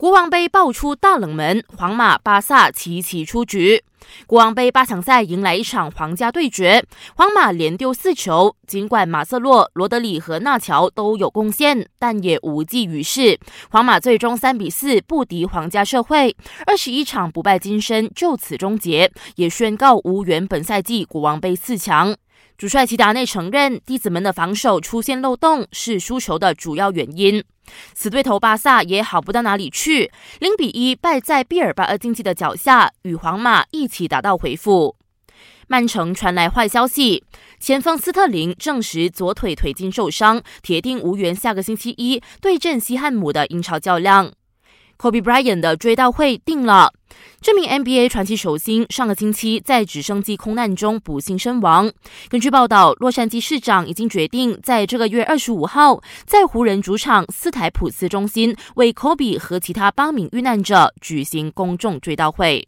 国王杯爆出大冷门，皇马、巴萨齐齐出局。国王杯8强赛迎来一场皇家对决，皇马连丢4球，尽管马瑟洛、罗德里和纳乔都有贡献，但也无济于事。皇马最终3-4不敌皇家社会，21场不败金身就此终结，也宣告无缘本赛季国王杯4强。主帅齐达内承认，弟子们的防守出现漏洞是输球的主要原因。死对头巴萨也好不到哪里去，0-1败在毕尔巴鄂竞技的脚下，与皇马一起打道回府。曼城传来坏消息，前锋斯特林证实左腿腿筋受伤，铁定无缘下个星期一对阵西汉姆的英超较量。Kobe Bryant 的追悼会定了。这名 NBA 传奇球星上个星期在直升机空难中不幸身亡。根据报道，洛杉矶市长已经决定在这个月25号在湖人主场斯台普斯中心为 Kobe 和其他8名遇难者举行公众追悼会。